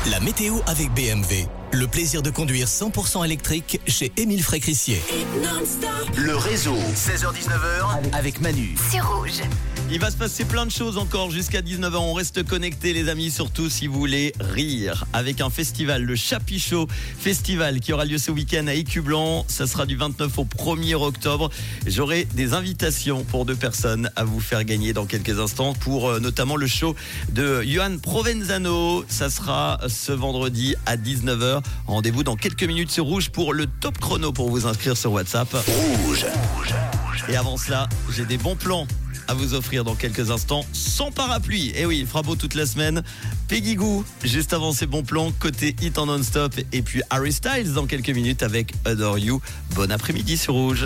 La météo avec BMW. Le plaisir de conduire 100% électrique chez Émile Frécrissier. Le réseau, 16h-19h avec Manu. C'est Rouge. Il va se passer plein de choses encore jusqu'à 19h. On reste connectés les amis, surtout si vous voulez rire. Avec un festival, le Chapichot Festival qui aura lieu ce week-end à Écublanc. Ça sera du 29 au 1er octobre. J'aurai des invitations pour 2 personnes à vous faire gagner dans quelques instants pour notamment le show de Johan Provenzano. Ça sera ce vendredi à 19h. Rendez-vous dans quelques minutes sur Rouge pour le top chrono pour vous inscrire sur WhatsApp. Rouge. Et avant cela, j'ai des bons plans à vous offrir dans quelques instants sans parapluie. Et oui, il fera beau toute la semaine. Peggy Gou, juste avant ces bons plans, côté hit en non-stop. Et puis Harry Styles dans quelques minutes avec Adore You. Bon après-midi sur Rouge.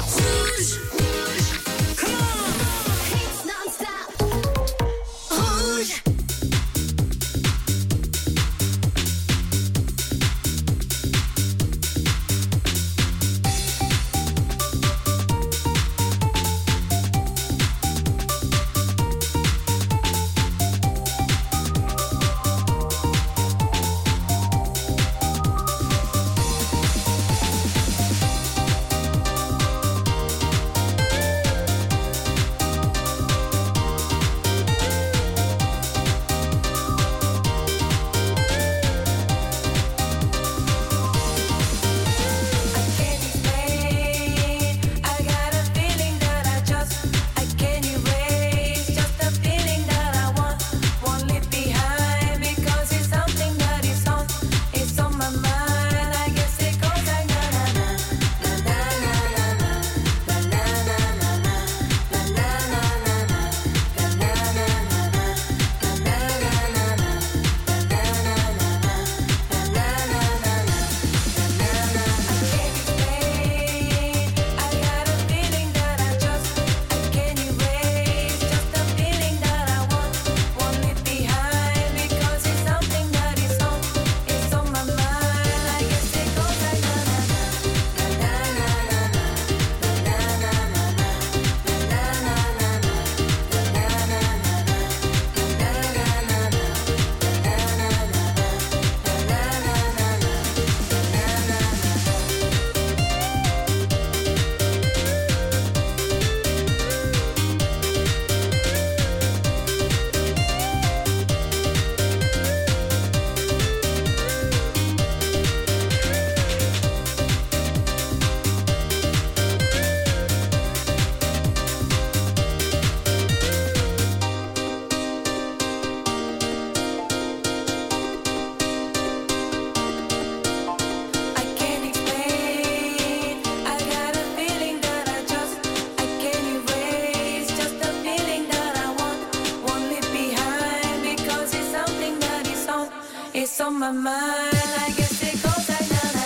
It's on my mind, I guess it goes like na na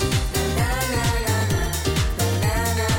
na na na na na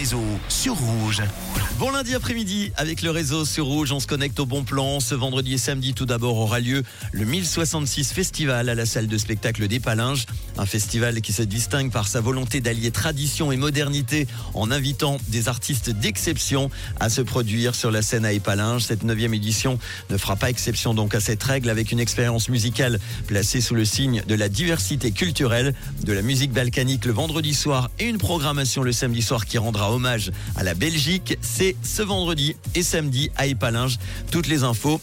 réseau sur Rouge. Bon lundi après-midi avec le réseau sur Rouge, on se connecte au bon plan. Ce vendredi et samedi tout d'abord aura lieu le 1066 Festival à la salle de spectacle des Palinges. Un festival qui se distingue par sa volonté d'allier tradition et modernité en invitant des artistes d'exception à se produire sur la scène à Épalinges. Cette 9e édition ne fera pas exception donc à cette règle avec une expérience musicale placée sous le signe de la diversité culturelle, de la musique balkanique le vendredi soir et une programmation le samedi soir qui rendra hommage à la Belgique. C'est ce vendredi et samedi à Épalinges. Toutes les infos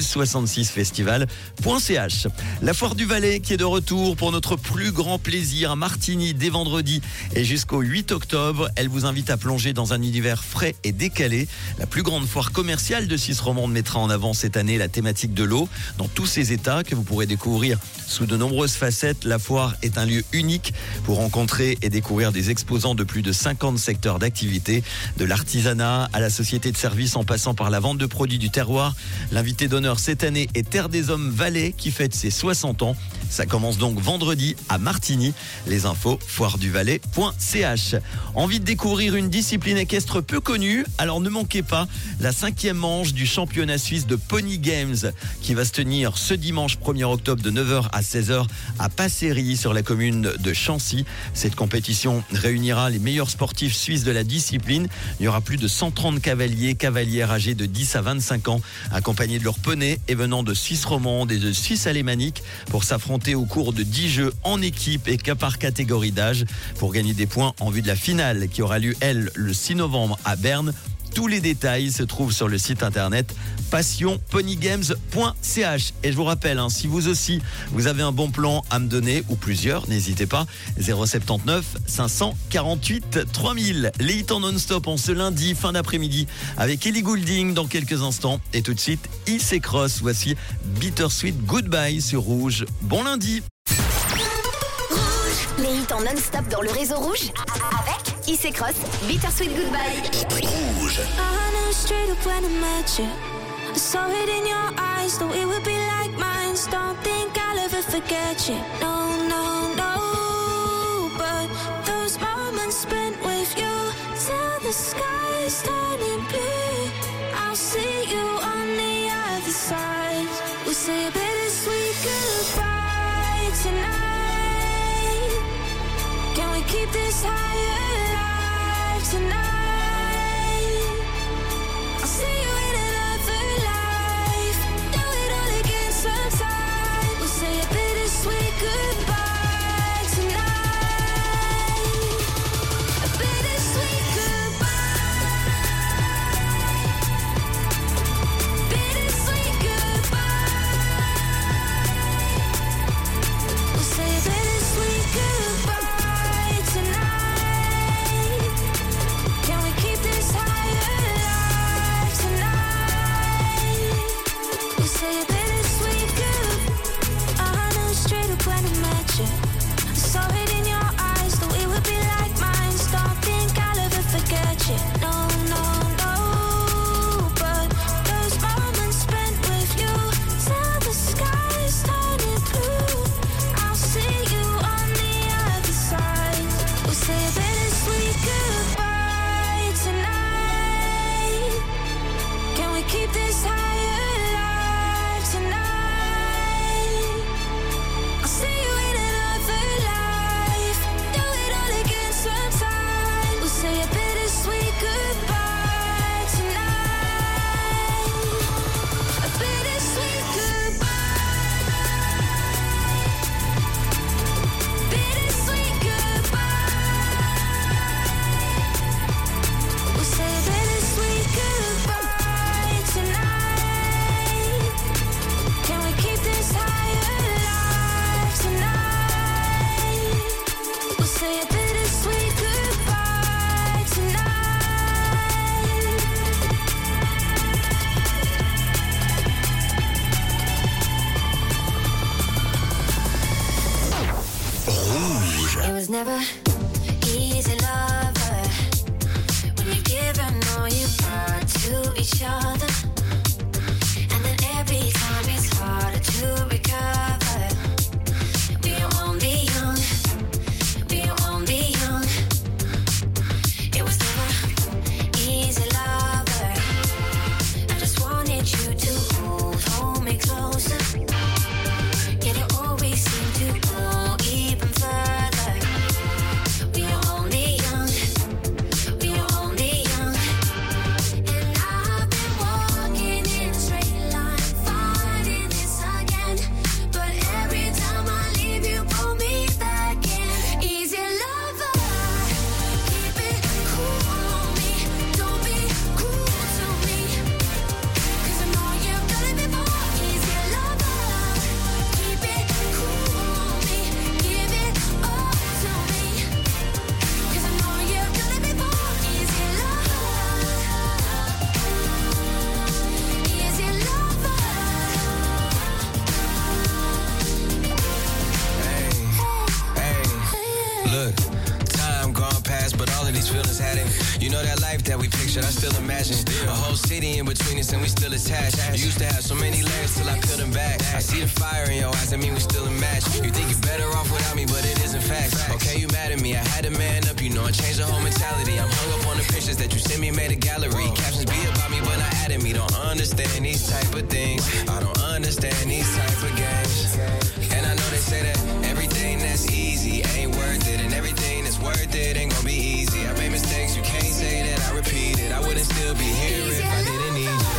1066festival.ch. La Foire du Valais qui est de retour pour notre plus grand plaisir à Martigny dès vendredi et jusqu'au 8 octobre. Elle vous invite à plonger dans un univers frais et décalé. La plus grande foire commerciale de Suisse romande mettra en avant cette année la thématique de l'eau dans tous ses états que vous pourrez découvrir sous de nombreuses facettes. La foire est un lieu unique pour rencontrer et découvrir des exposants de plus de 50 secteurs d'activité, de l'artisanat à la société de services en passant par la vente de produits du terroir. L'invité d'honneur cette année est Terre des Hommes Valais qui fête ses 60 ans. Ça commence donc vendredi à Martigny. Les infos foireduvalais.ch. Envie de découvrir une discipline équestre peu connue? Alors ne manquez pas la 5e manche du championnat suisse de Pony Games qui va se tenir ce dimanche 1er octobre de 9h à 16h à Passery sur la commune de Chancy. Cette compétition réunira les meilleurs sportifs suisses de la discipline. Il y aura plus de 130 cavalières âgés de 10 à 25 ans accompagnés de leurs poneys et venant de Suisse romande et de Suisse alémanique pour s'affronter au cours de 10 jeux en équipe et qu'à par catégorie d'âge pour gagner des points en vue de la finale qui aura lieu, elle, le 6 novembre à Berne. Tous les détails se trouvent sur le site internet passionponygames.ch. Et je vous rappelle, si vous aussi, vous avez un bon plan à me donner, ou plusieurs, n'hésitez pas, 079 548 3000. Les hits en non-stop en ce lundi, fin d'après-midi, avec Ellie Goulding dans quelques instants. Et tout de suite, IC Cross. Voici Bittersweet Goodbye sur Rouge. Bon lundi. Les hits en non-stop dans le réseau Rouge avec IC Cross, Bittersweet Goodbye. Rouge. I knew straight up when I met you. I saw it in your eyes, though it would be like mine. Don't think I'll ever forget you. No, no, no. But those moments spent with you till the sky is turning blue. I'll see you on the other side. We'll say a bittersweet goodbye tonight. Can we keep this high alive tonight? I'll see you in another life. Do it all again sometime. We'll say a bittersweet goodbye tonight. A bittersweet goodbye. Bittersweet goodbye. We'll say a bittersweet goodbye. Saw it in your eyes, though it would be like mine. Don't think I'll ever forget you. No, no, no. But those moments spent with you till the sky is turning blue. I'll see you on the other side. We'll say a bittersweet goodbye tonight. Can we keep this high alive tonight? I'll see you in another life. Do it all again sometime. We'll say a bittersweet goodbye tonight. A bittersweet goodbye. Bittersweet goodbye. We'll say a bittersweet goodbye tonight. Can we keep this high alive tonight? We'll say a bittersweet goodbye tonight. Rouge. It was never easy, lover, when you give and all you brought to each other. And then every time it's harder to recover. We won't be young. We won't be young. It was never Should I still imagine a whole city in between us and we still attached? You used to have so many layers till I peeled them back. I see the fire in your eyes, I mean we still a match. You think you're better off without me, but it isn't facts. Okay, you mad at me, I had to man up, you know I changed the whole mentality. I'm hung up on the pictures that you sent me, made a gallery. Captions be about me, but not adding me. Don't understand these type of things. I don't understand these type of games. And I know they say that everything that's easy ain't worth it, and everything that's worth it ain't gonna be easy. I made mistakes, you can't say that I repeat it. I wouldn't still be here if I didn't need you.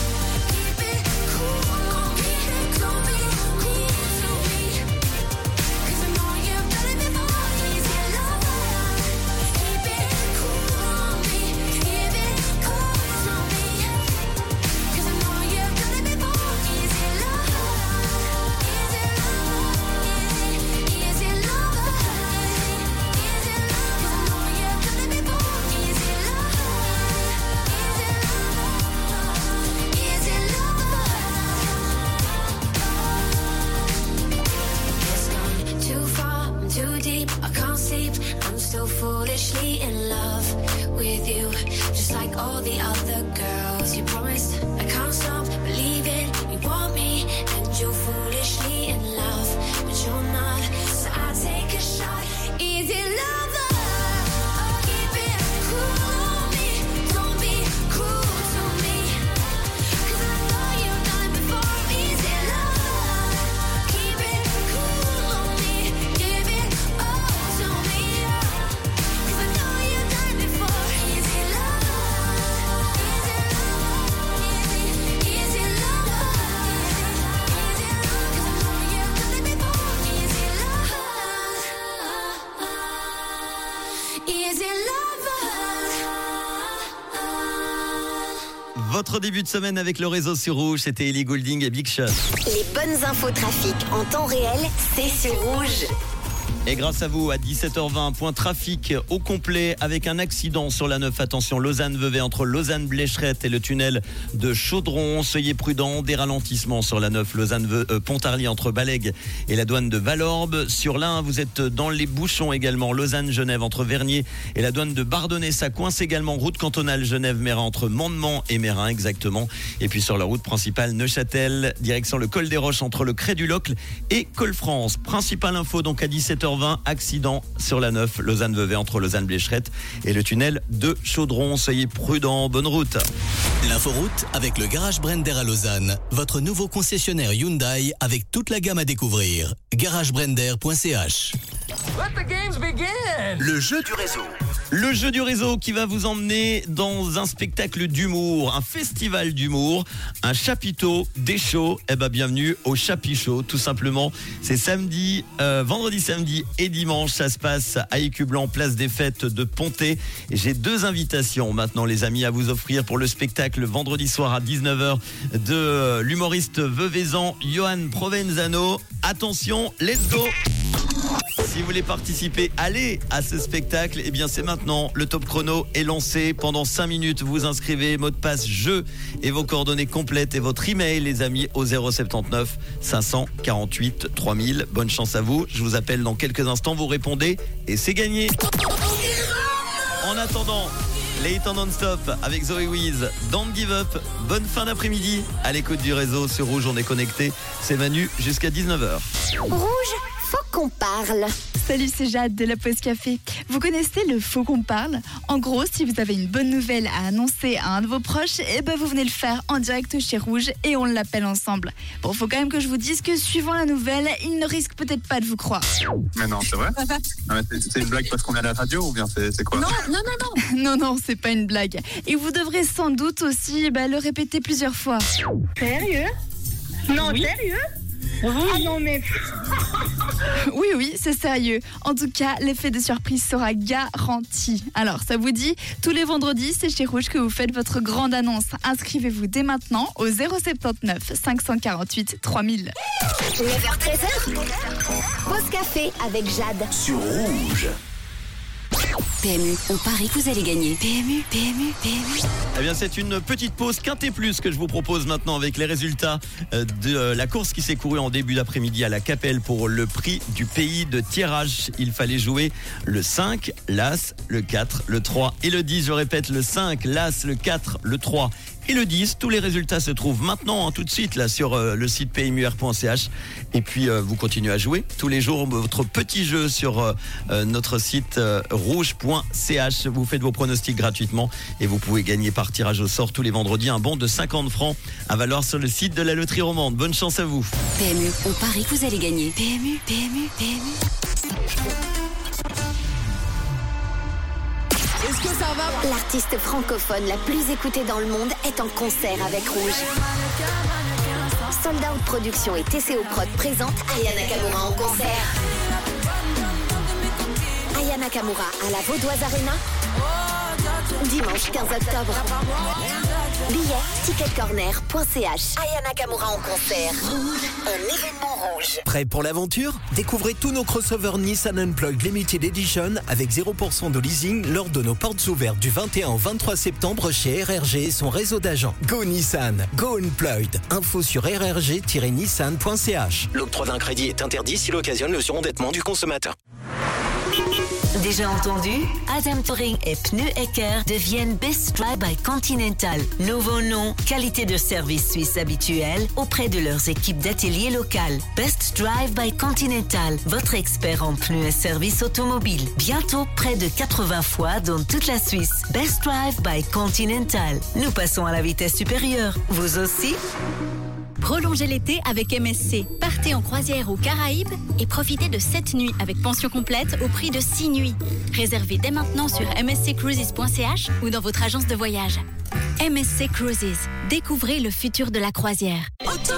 So foolishly in love with you, just like all the other girls. You promised I can't stop believing you want me, and you're foolishly in love, but you're not. So I take a shot. Is it love? Keep it cool on me, don't be cruel to me, 'cause I know you've done it before. Is it love? Keep it cool on me, give it all to me. Votre début de semaine avec le réseau sur Rouge, c'était Ellie Goulding et Big Shot. Les bonnes infos trafic en temps réel, c'est sur Rouge. Et grâce à vous, à 17h20, point trafic au complet avec un accident sur la 9. Attention, Lausanne-Vevey entre Lausanne-Blécherette et le tunnel de Chaudron. Soyez prudents, des ralentissements sur la 9. Pontarlier entre Balègue et la douane de Valorbe. Sur l'A1, vous êtes dans les bouchons également. Lausanne-Genève entre Vernier et la douane de Bardonnay. Ça coince également. Route cantonale Genève-Mérin entre Mandement et Mérin, exactement. Et puis sur la route principale Neuchâtel, direction le col des Roches entre le Cré du Locle et Col-France. Principale info donc à 17h20. Accident sur la 9, Lausanne-Vevey entre Lausanne-Blécherette et le tunnel de Chaudron. Soyez prudents, bonne route. L'inforoute avec le Garage Brender à Lausanne, votre nouveau concessionnaire Hyundai avec toute la gamme à découvrir. garagebrender.ch. Let the games begin. Le jeu du réseau. Le jeu du réseau qui va vous emmener dans un spectacle d'humour, un festival d'humour, un chapiteau, des shows. Eh ben bienvenue au Chapichot, tout simplement. C'est samedi, vendredi, samedi et dimanche. Ça se passe à Écublanc, place des Fêtes de Pontet. Et j'ai deux invitations maintenant, les amis, à vous offrir pour le spectacle vendredi soir à 19h de l'humoriste veuvezan Johan Provenzano. Attention, let's go! Si vous voulez participer, allez à ce spectacle. Eh bien, c'est maintenant. Le top chrono est lancé. Pendant 5 minutes, vous inscrivez, mot de passe jeu et vos coordonnées complètes et votre email, les amis, au 079 548 3000. Bonne chance à vous. Je vous appelle dans quelques instants. Vous répondez et c'est gagné. En attendant, les hits en non-stop avec Zoé Wiz, Don't Give Up. Bonne fin d'après-midi à l'écoute du réseau sur Rouge. On est connecté. C'est Manu jusqu'à 19h. Rouge, faut qu'on parle. Salut, c'est Jade de la Pause Café. Vous connaissez le Faut qu'on parle? En gros, si vous avez une bonne nouvelle à annoncer à un de vos proches, eh ben vous venez le faire en direct chez Rouge et on l'appelle ensemble. Bon, faut quand même que je vous dise que suivant la nouvelle, il ne risque peut-être pas de vous croire. Mais non, c'est vrai? C'est une blague parce qu'on est à la radio ou bien c'est quoi? Non, c'est pas une blague. Et vous devrez sans doute aussi le répéter plusieurs fois. Sérieux? Non, oui. Sérieux? Oui. Ah non, mais... Oui, c'est sérieux. En tout cas, l'effet de surprise sera garanti. Alors, ça vous dit, tous les vendredis, c'est chez Rouge que vous faites votre grande annonce. Inscrivez-vous dès maintenant au 079 548 3000. 9h-13h, Pause Café avec Jade. Sur Rouge. PMU, on parie que vous allez gagner. PMU, PMU, PMU. Eh bien, c'est une petite pause Quintet Plus que je vous propose maintenant avec les résultats de la course qui s'est courue en début d'après-midi à la Capelle pour le prix du pays de Thiérache. Il fallait jouer le 5, l'As, le 4, le 3 et le 10. Je répète, le 5, l'As, le 4, le 3 et le 10. Tous les résultats se trouvent maintenant, tout de suite, là, sur le site pmur.ch. Et puis, vous continuez à jouer tous les jours votre petit jeu sur notre site rouge.ch. Vous faites vos pronostics gratuitement et vous pouvez gagner par tirage au sort tous les vendredis un bon de 50 francs à valoir sur le site de la Loterie Romande. Bonne chance à vous. PMU, on parie que vous allez gagner. PMU, PMU, PMU. Est-ce que ça va? L'artiste francophone la plus écoutée dans le monde est en concert avec Rouge. Sold Out Production et TCO Prod présentent Aya Nakamura en concert. Aya Nakamura à la Vaudoise Arena, dimanche 15 octobre. Billets, ticketcorner.ch. Aya Nakamura en concert. Un événement Rouge. Prêt pour l'aventure? Découvrez tous nos crossovers Nissan Unplugged Limited Edition avec 0% de leasing lors de nos portes ouvertes du 21 au 23 septembre chez RRG et son réseau d'agents. Go Nissan, Go Unplugged. Info sur rrg-nissan.ch. L'octroi d'un crédit est interdit s'il occasionne le surendettement du consommateur. Déjà entendu? Adam Touring et Pneus Ecker deviennent Best Drive by Continental. Nouveau nom, qualité de service suisse habituelle auprès de leurs équipes d'ateliers locales. Best Drive by Continental, votre expert en pneus et services automobiles. Bientôt près de 80 fois dans toute la Suisse. Best Drive by Continental. Nous passons à la vitesse supérieure. Vous aussi? Prolongez l'été avec MSC. Partez en croisière aux Caraïbes et profitez de 7 nuits avec pension complète au prix de 6 nuits. Réservez dès maintenant sur msccruises.ch ou dans votre agence de voyage. MSC Cruises. Découvrez le futur de la croisière.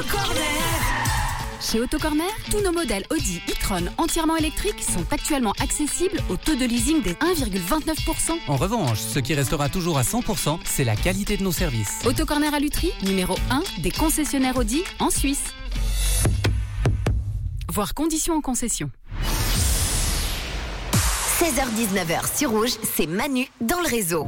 Chez Autocorner, tous nos modèles Audi e-tron entièrement électriques sont actuellement accessibles au taux de leasing des 1,29%. En revanche, ce qui restera toujours à 100%, c'est la qualité de nos services. Autocorner à Lutry, numéro 1 des concessionnaires Audi en Suisse. Voir conditions en concession. 16h-19h sur Rouge, c'est Manu dans le réseau.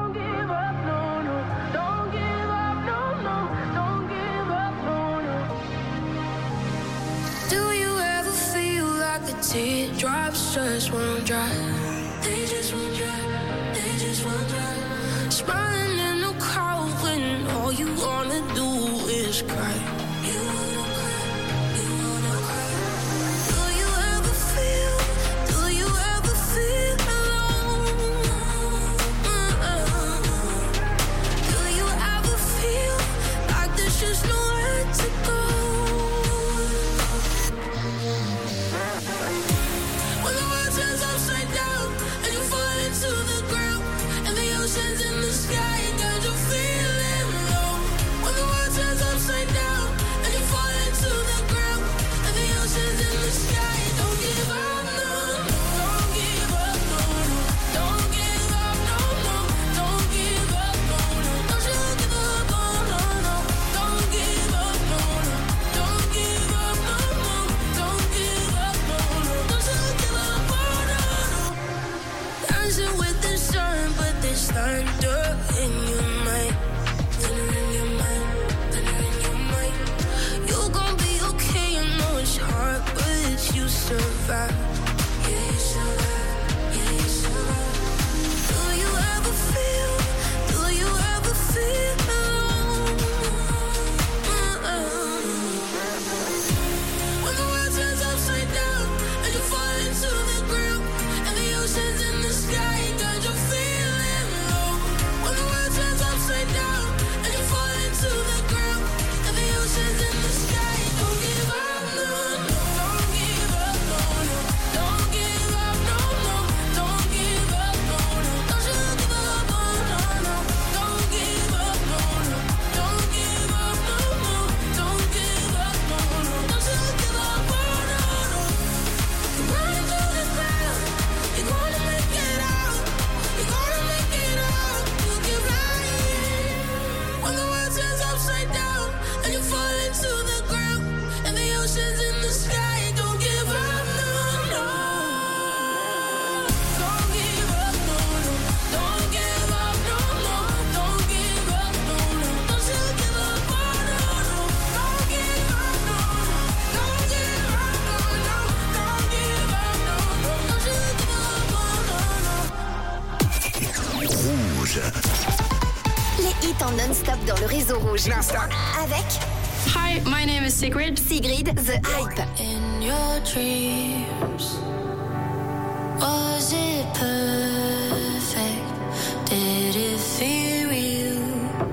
Teardrops just won't dry. They just won't dry. They just won't dry. Smiling in the crowd when all you wanna do is cry. You wanna cry. You wanna cry. Do you ever feel? Do you ever feel alone? Do you ever feel like there's just nowhere to go? Thunder in your mind, thunder in your mind, thunder in your mind. You're gonna be okay, I know it's hard, but you survive. Yeah, you survive, yeah, you survive. Do you ever feel alone? When the world turns upside down and you fall into the ground and the ocean's in the sky, don't you feel? hits en non-stop dans le réseau rouge. Avec Hi, my name is Sigrid. Sigrid, The Hype. In your dreams, was it perfect? Did it feel real?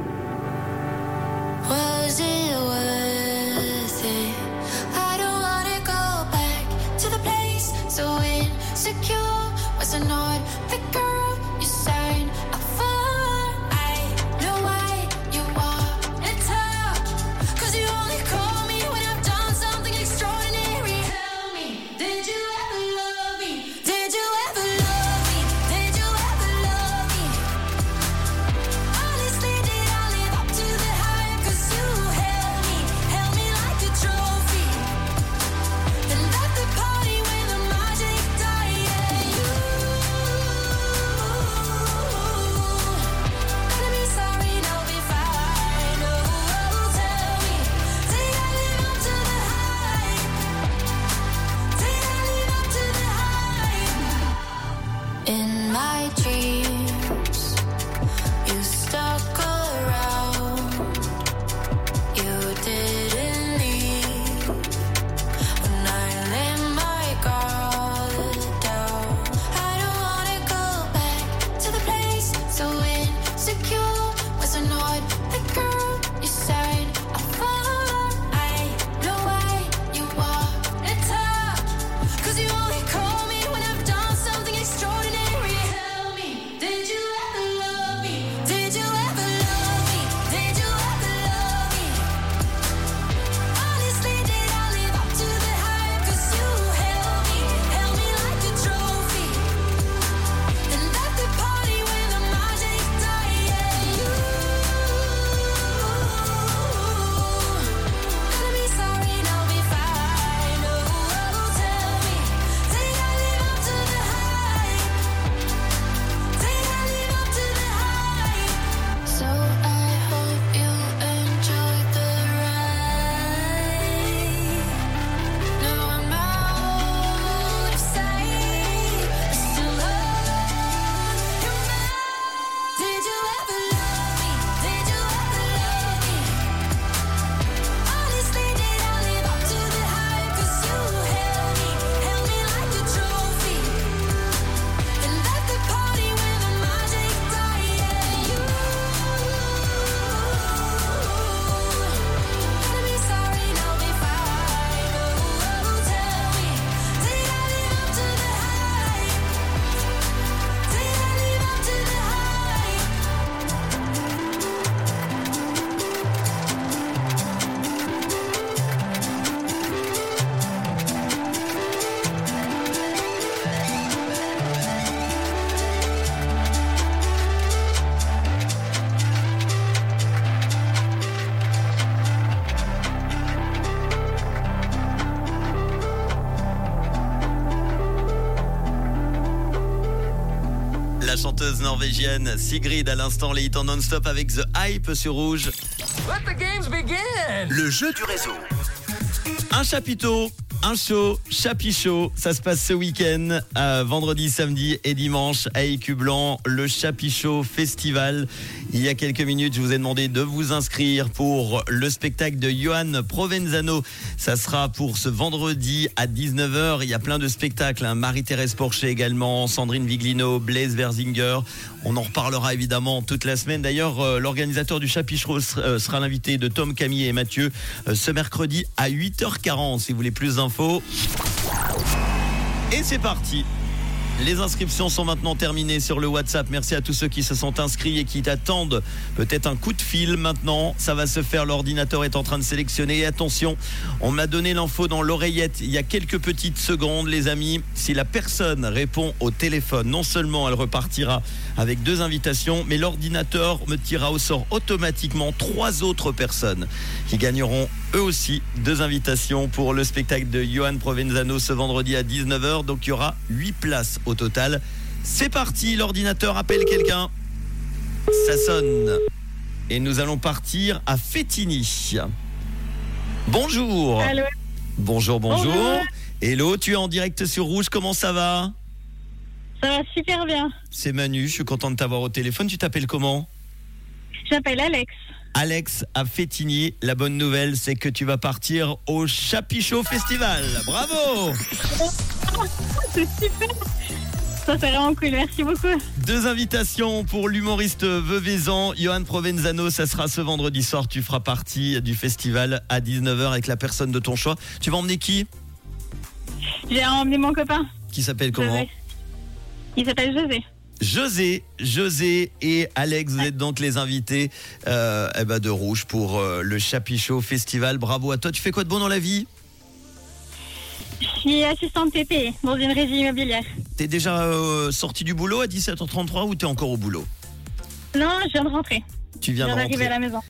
Was it worth it? I don't wanna go back to the place so insecure. Was I not the girl you signed up for? I know why you wanna talk, 'cause you only call me when I've done something extraordinary. Tell me, did you ever love me? Did you ever love me? Did you ever love me? Honestly, did I live up to the hype? 'Cause you held me like a trophy. Then left the party when the magic died. Yeah, you gonna be sorry, and I'll be fine. Oh, tell me, did I live up to the hype? Did I live up to the hype? In my dreams, you stuck around. You didn't leave when I let my guard down. I don't wanna go back to the place so insecure. Was I not the girl you signed up for? I know why you wanna talk, 'cause you only call me when I've done something extraordinary. Tell me, did you ever love me? Did you ever love me? Did you ever love me? Honestly, did I live up to the hype? 'Cause you held me like a trophy. Then left the party when the magic died. Yeah, you gonna be sorry, and I'll be fine. Oh, tell me, did I live up to the hype? Did I live up to the hype? So I hope you enjoyed the ride. Now I'm out of sight, but still love you. Did you ever love me? Did you ever love me? Honestly, did I live up to the hype? 'Cause you held me like a trophy. Then left the party when the magic died. Yeah, you gonna be sorry, and I'll be fine. Oh, tell me, did I live up to the hype? Did I live up to the hype? La chanteuse norvégienne Sigrid à l'instant, les hits en non-stop avec The Hype sur Rouge. Let the games begin. Le jeu du réseau. Un chapiteau, un show, Chapichot, ça se passe ce week-end, vendredi, samedi et dimanche à Écublanc, le Chapichot Festival. Il y a quelques minutes, je vous ai demandé de vous inscrire pour le spectacle de Johan Provenzano. Ça sera pour ce vendredi à 19h. Il y a plein de spectacles, hein. Marie-Thérèse Porcher également, Sandrine Viglino, Blaise Verzinger. On en reparlera évidemment toute la semaine. D'ailleurs, l'organisateur du Chapichot sera l'invité de Tom, Camille et Mathieu ce mercredi à 8h40 si vous voulez plus d'infos. Et c'est parti. Les inscriptions sont maintenant terminées sur le WhatsApp. Merci à tous ceux qui se sont inscrits et qui attendent peut-être un coup de fil maintenant. Ça va se faire, l'ordinateur est en train de sélectionner. Et attention, on m'a donné l'info dans l'oreillette il y a quelques petites secondes, les amis. Si la personne répond au téléphone, non seulement elle repartira avec 2 invitations, mais l'ordinateur me tirera au sort automatiquement 3 autres personnes qui gagneront eux aussi 2 invitations pour le spectacle de Johan Provenzano ce vendredi à 19h. Donc il y aura 8 places au total. C'est parti, l'ordinateur appelle quelqu'un. Ça sonne. Et nous allons partir à Fétigny. Bonjour. Allô. Bonjour. Bonjour. Hello, tu es en direct sur Rouge, comment ça va? Ça va super bien. C'est Manu, je suis content de t'avoir au téléphone. Tu t'appelles comment? J'appelle Alex. Alex à Fétigny. La bonne nouvelle, c'est que tu vas partir au Chapichot Festival. Bravo! C'est super. Ça, c'est vraiment cool. Merci beaucoup. 2 invitations pour l'humoriste veuvezan Johan Provenzano. Ça sera ce vendredi soir. Tu feras partie du festival à 19h avec la personne de ton choix. Tu vas emmener qui? J'ai emmené mon copain. Qui s'appelle comment? José. Il s'appelle José. José et Alex, vous êtes donc les invités de Rouge pour le Chapichot Festival. Bravo à toi. Tu fais quoi de bon dans la vie? Je suis assistante TP dans une régie immobilière. T'es déjà sorti du boulot à 17h33 ou t'es encore au boulot? Non, je viens de rentrer. Tu viens de d'arriver rentrer. à la maison.